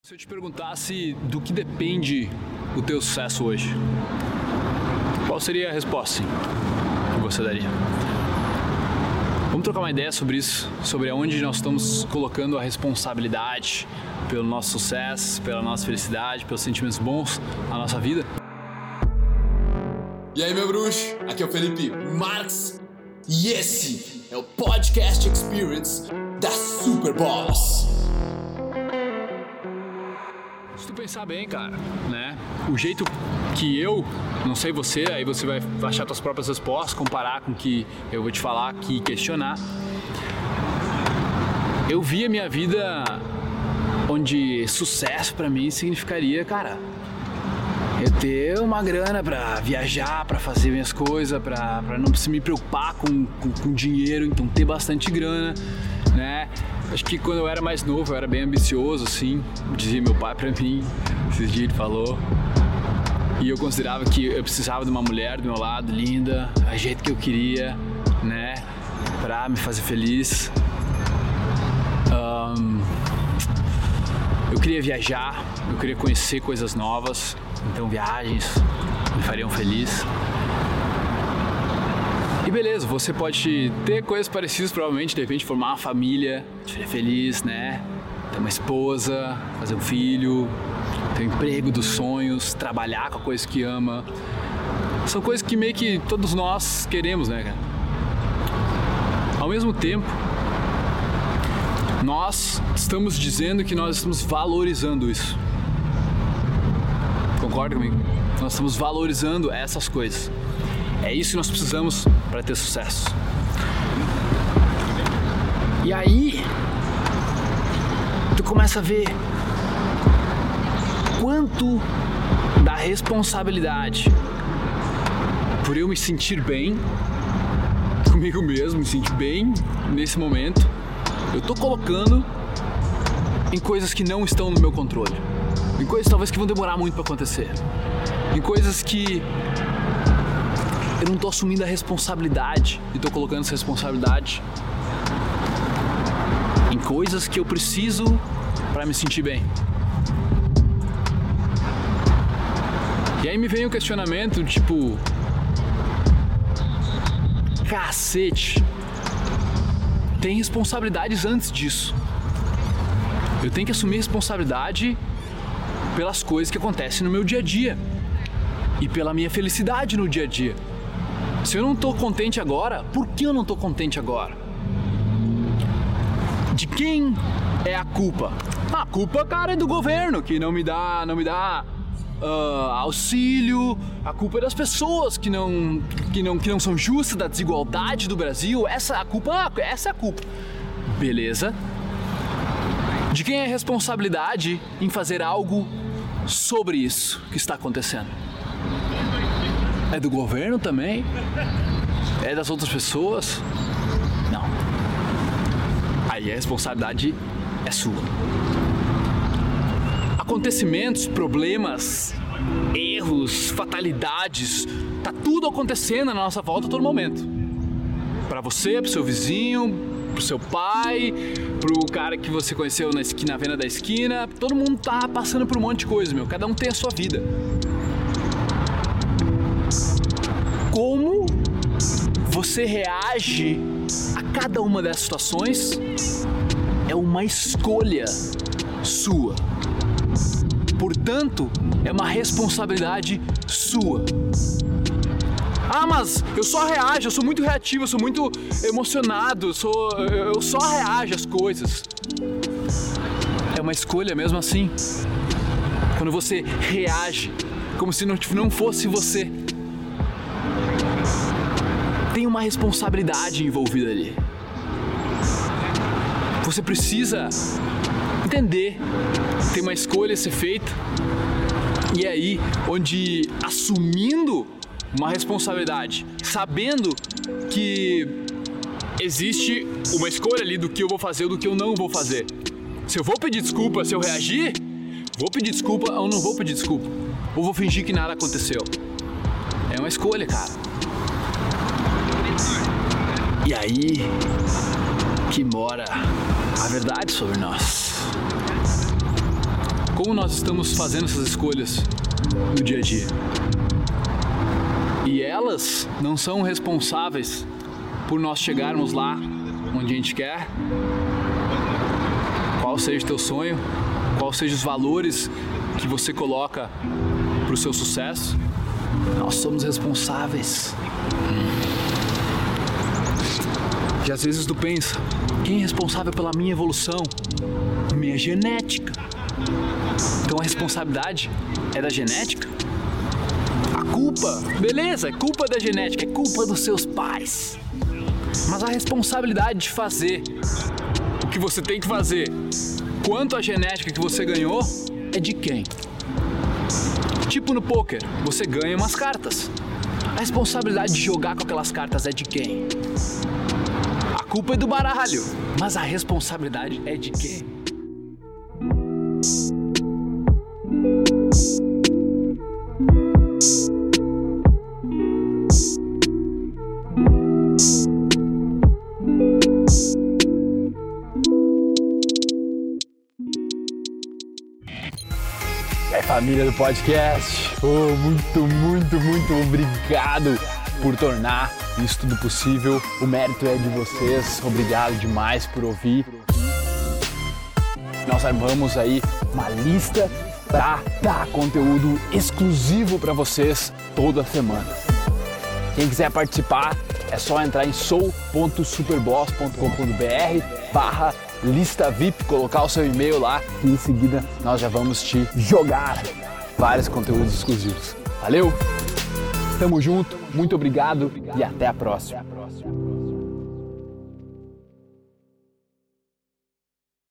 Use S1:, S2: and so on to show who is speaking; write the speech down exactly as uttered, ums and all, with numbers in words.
S1: Se eu te perguntasse do que depende o teu sucesso hoje, qual seria a resposta que você daria? Vamos trocar uma ideia sobre isso, sobre aonde nós estamos colocando a responsabilidade pelo nosso sucesso, pela nossa felicidade, pelos sentimentos bons na nossa vida?
S2: E aí, meu bruxo? Aqui é o Felipe Marques e esse é o Podcast Experience da Superboss.
S1: Se tu pensar bem, cara, né? O jeito que eu, não sei você, aí você vai achar suas próprias respostas, comparar com o que eu vou te falar aqui e questionar. Eu vi a minha vida onde sucesso pra mim significaria, cara, eu ter uma grana pra viajar, pra fazer minhas coisas, pra, pra não se me preocupar com, com, com dinheiro, então ter bastante grana, né? Acho que quando eu era mais novo, eu era bem ambicioso, assim, dizia meu pai pra mim, esses dias ele falou, e eu considerava que eu precisava de uma mulher do meu lado, linda, a jeito que eu queria, né, pra me fazer feliz. Um, eu queria viajar, eu queria conhecer coisas novas, então viagens me fariam feliz. E beleza, você pode ter coisas parecidas, provavelmente, de repente formar uma família, te fazer feliz, né? Ter uma esposa, fazer um filho, ter um emprego dos sonhos, trabalhar com a coisa que ama. São coisas que meio que todos nós queremos, né, cara? Ao mesmo tempo, nós estamos dizendo que nós estamos valorizando isso. Concorda comigo? Nós estamos valorizando essas coisas. É isso que nós precisamos para ter sucesso. E aí, tu começa a ver quanto da responsabilidade por eu me sentir bem comigo mesmo, me sentir bem nesse momento, eu tô colocando em coisas que não estão no meu controle, em coisas talvez que vão demorar muito para acontecer, em coisas que eu não tô assumindo a responsabilidade e tô colocando essa responsabilidade em coisas que eu preciso para me sentir bem. E aí me vem o questionamento, tipo, cacete, tem responsabilidades antes disso. Eu tenho que assumir responsabilidade pelas coisas que acontecem no meu dia a dia e pela minha felicidade no dia a dia. Se eu não tô contente agora, por que eu não tô contente agora? De quem é a culpa? A culpa, cara, é do governo, que não me dá, não me dá uh, auxílio. A culpa é das pessoas que não, que não, que não são justas, da desigualdade do Brasil. Essa a culpa, essa é a culpa. Beleza? De quem é a responsabilidade em fazer algo sobre isso que está acontecendo? É do governo também? É das outras pessoas? Não. Aí a responsabilidade é sua. Acontecimentos, problemas, erros, fatalidades, tá tudo acontecendo na nossa volta a todo momento. Pra você, pro seu vizinho, pro seu pai, pro cara que você conheceu na esquina, na venda da esquina, todo mundo tá passando por um monte de coisa, meu. Cada um tem a sua vida. Como você reage a cada uma dessas situações é uma escolha sua. Portanto, é uma responsabilidade sua. Ah, mas eu só reajo, eu sou muito reativo, eu sou muito emocionado, eu, sou, eu só reajo às coisas. É uma escolha mesmo assim. Quando você reage como se não fosse você, tem uma responsabilidade envolvida ali. Você precisa entender, tem uma escolha a ser feita, e é aí onde, assumindo uma responsabilidade, sabendo que existe uma escolha ali do que eu vou fazer ou do que eu não vou fazer. Se eu vou pedir desculpa, se eu reagir, vou pedir desculpa ou não vou pedir desculpa, ou vou fingir que nada aconteceu. É uma escolha, cara. E aí que mora a verdade sobre nós. como nós estamos fazendo essas escolhas no dia a dia. E elas não são responsáveis por nós chegarmos lá onde a gente quer, qual seja o teu sonho, qual sejam os valores que você coloca para o seu sucesso. Nós somos responsáveis. E às vezes tu pensa, quem é responsável pela minha evolução? Minha genética. Então a responsabilidade é da genética? A culpa, beleza, é culpa da genética, é culpa dos seus pais. Mas a responsabilidade de fazer o que você tem que fazer, quanto à genética que você ganhou, é de quem? Tipo no poker, você ganha umas cartas. A responsabilidade de jogar com aquelas cartas é de quem? A culpa é do baralho, mas a responsabilidade é de quem?
S3: É, família do podcast, oh, muito, muito, muito obrigado por tornar isso tudo possível. O mérito é de vocês, obrigado demais por ouvir. Nós armamos aí uma lista para dar conteúdo exclusivo para vocês toda semana. Quem quiser participar é só entrar em sou ponto superboss ponto com ponto br barra lista V I P, colocar o seu e-mail lá e em seguida nós já vamos te jogar vários conteúdos exclusivos. Valeu? Tamo junto, muito obrigado e até a próxima.